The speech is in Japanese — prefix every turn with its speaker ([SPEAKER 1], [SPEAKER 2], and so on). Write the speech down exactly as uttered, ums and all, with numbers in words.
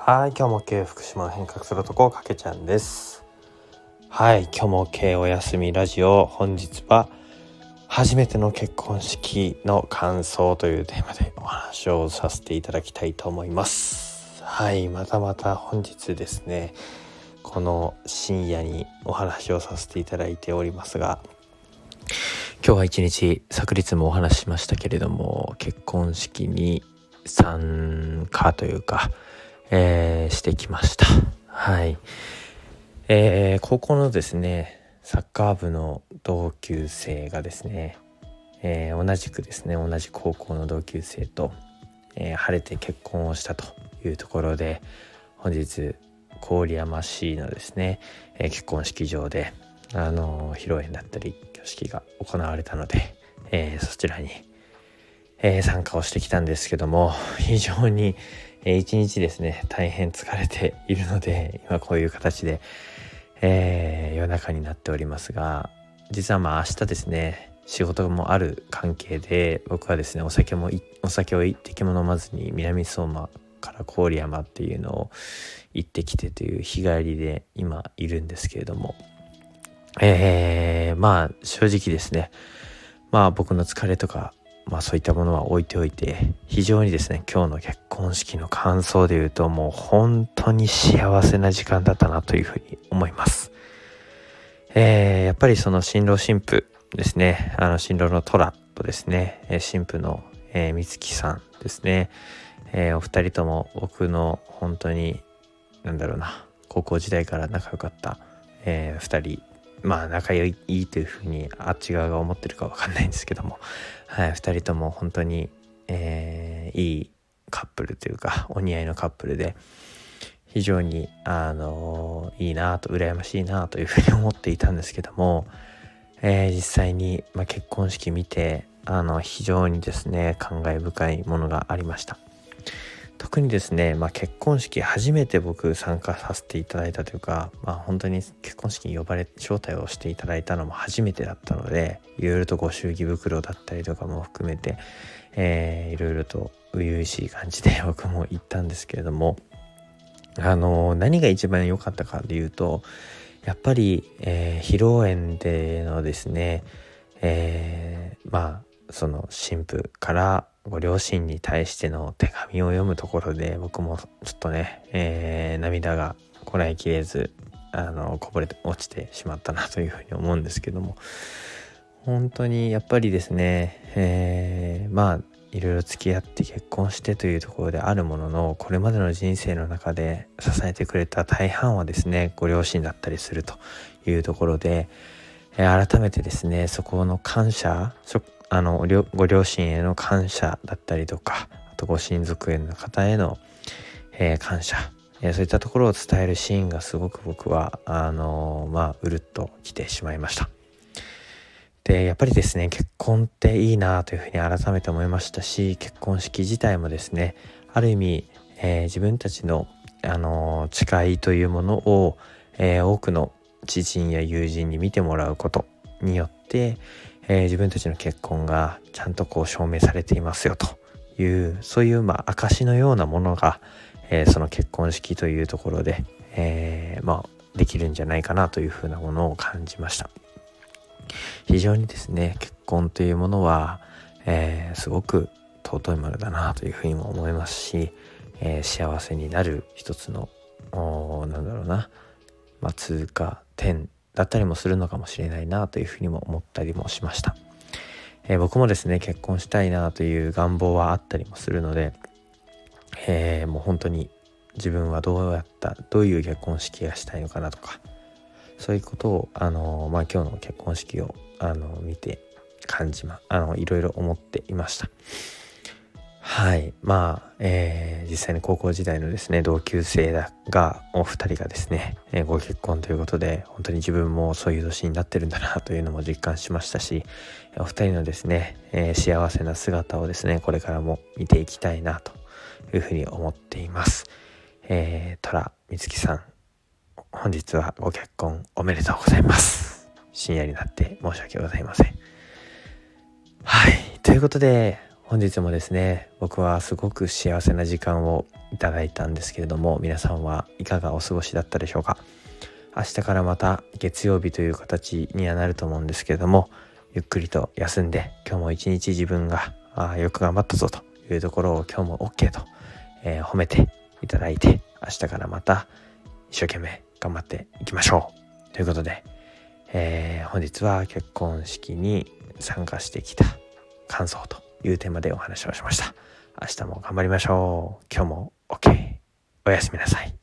[SPEAKER 1] はい、今日も経営福島を変革する男かけちゃんです。はい、今日も経営お休みラジオ、本日は初めての結婚式の感想というテーマでお話をさせていただきたいと思います。はい、またまた本日ですね、この深夜にお話をさせていただいておりますが、今日は一日昨日もお話ししましたけれども、結婚式に参加というか、えー、してきました。はい、えー、高校のですねサッカー部の同級生がですね、えー、同じくですね同じ高校の同級生と、えー、晴れて結婚をしたというところで、本日郡山市のですね、えー、結婚式場であのー、披露宴だったり挙式が行われたので、えー、そちらに、えー、参加をしてきたんですけども、非常にえー、一日ですね大変疲れているので、今こういう形で、えー、夜中になっておりますが、実はまあ明日ですね仕事もある関係で、僕はですねお酒もお酒を一滴も飲まずに南相馬から郡山っていうのを行ってきてという日帰りで今いるんですけれども、えー、まあ正直ですね、まあ僕の疲れとかまあそういったものは置いておいて、非常にですね今日の結婚式の感想で言うと、もう本当に幸せな時間だったなというふうに思います。えー、やっぱりその新郎新婦ですね、あの新郎のトラとですね新婦の、えー、美月さんですね、えー、お二人とも僕の本当になんだろうな高校時代から仲良かった、えー、二人、まあ仲良いというふうにあっち側が思ってるかわかんないんですけども、はい、ふたりとも本当に、えー、いいカップルというかお似合いのカップルで、非常にあのー、いいなと羨ましいなというふうに思っていたんですけども、えー、実際に、まあ、結婚式見てあの非常にですね感慨深いものがありました。特にですね、まあ、結婚式初めて僕参加させていただいたというか、まあ、本当に結婚式に呼ばれ招待をしていただいたのも初めてだったので、いろいろとご祝儀袋だったりとかも含めて、えー、いろいろと初々しい感じで僕も行ったんですけれども、あのー、何が一番良かったかでいうと、やっぱり、えー、披露宴でのですね、えー、まあその新婦からご両親に対しての手紙を読むところで、僕もちょっとね、えー、涙がこらえきれず、あのこぼれて落ちてしまったなというふうに思うんですけども、本当にやっぱりですね、えー、まあいろいろ付き合って結婚してというところであるものの、これまでの人生の中で支えてくれた大半はですねご両親だったりするというところで、えー、改めてですねそこの感謝、あのご両親への感謝だったりとか、あとご親族への方への、えー、感謝、えー、そういったところを伝えるシーンがすごく僕はあのー、まあうるっときてしまいました。でやっぱりですね結婚っていいなというふうに改めて思いましたし、結婚式自体もですねある意味、えー、自分たちの、あのー、誓いというものを、えー、多くの知人や友人に見てもらうことによって、えー、自分たちの結婚がちゃんとこう証明されていますよという、そういうまあ証のようなものが、えー、その結婚式というところで、えー、まあできるんじゃないかなというふうなものを感じました。非常にですね結婚というものは、えー、すごく尊いものだなというふうにも思いますし、えー、幸せになる一つのなんだろうな、まあ、通過点だったりもするのかもしれないなというふうにも思ったりもしました。えー、僕もですね結婚したいなという願望はあったりもするので、えー、もう本当に自分はどうやったどういう結婚式がしたいのかなとか、そういうことをあのー、まあ今日の結婚式をあのー、見て感じまあのいろいろ思っていました。はい、まあ、えー、実際に高校時代のですね同級生がお二人がですね、えー、ご結婚ということで、本当に自分もそういう年になってるんだなというのも実感しましたし、お二人のですね、えー、幸せな姿をですねこれからも見ていきたいなというふうに思っています。えー、虎美月さん、本日はご結婚おめでとうございます。深夜になって申し訳ございません。はい、ということで本日もですね、僕はすごく幸せな時間をいただいたんですけれども、皆さんはいかがお過ごしだったでしょうか。明日からまた月曜日という形にはなると思うんですけれども、ゆっくりと休んで、今日も一日自分があよく頑張ったぞというところを今日も OK と、えー、褒めていただいて、明日からまた一生懸命頑張っていきましょうということで、えー、本日は結婚式に参加してきた感想というテーマでお話をしました。明日も頑張りましょう。今日も OK。おやすみなさい。